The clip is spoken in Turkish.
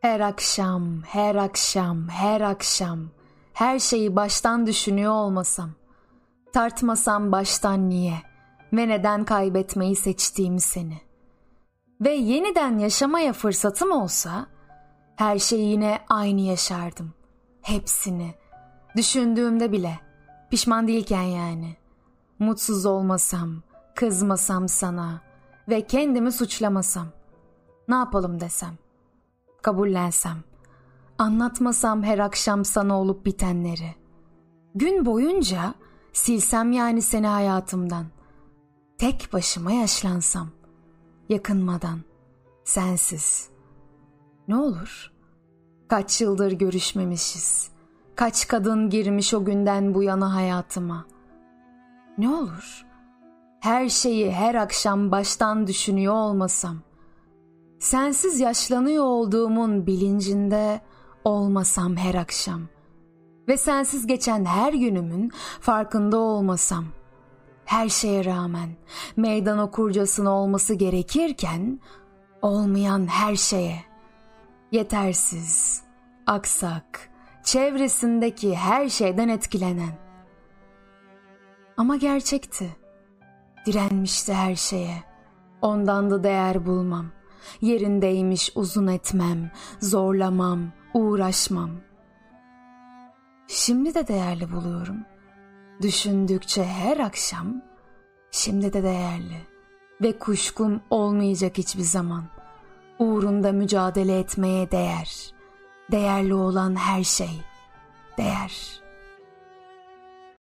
Her akşam, her akşam, her akşam, her şeyi baştan düşünüyor olmasam, tartmasam baştan niye ve neden kaybetmeyi seçtiğim seni. Ve yeniden yaşamaya fırsatım olsa, her şeyi yine aynı yaşardım. Hepsini. Düşündüğümde bile, pişman değilken yani. Mutsuz olmasam, kızmasam sana ve kendimi suçlamasam. Ne yapalım desem. Kabullensem. Anlatmasam her akşam sana olup bitenleri. Gün boyunca silsem yani seni hayatımdan. Tek başıma yaşlansam. Yakınmadan. Sensiz. Ne olur? Kaç yıldır görüşmemişiz. Kaç kadın girmiş o günden bu yana hayatıma. Ne olur? Her şeyi her akşam baştan düşünüyor olmasam. Sensiz yaşlanıyor olduğumun bilincinde olmasam her akşam. Ve sensiz geçen her günümün farkında olmasam. Her şeye rağmen meydan okurcasına olması gerekirken olmayan her şeye. Yetersiz, aksak, çevresindeki her şeyden etkilenen. Ama gerçekti. Direnmişti her şeye. Ondan da değer bulmam. Yerindeymiş uzun etmem, zorlamam, uğraşmam. Şimdi de değerli buluyorum. Düşündükçe her akşam, şimdi de değerli. Ve kuşkum olmayacak hiçbir zaman. Uğrunda mücadele etmeye değer. Değerli olan her şey, değer.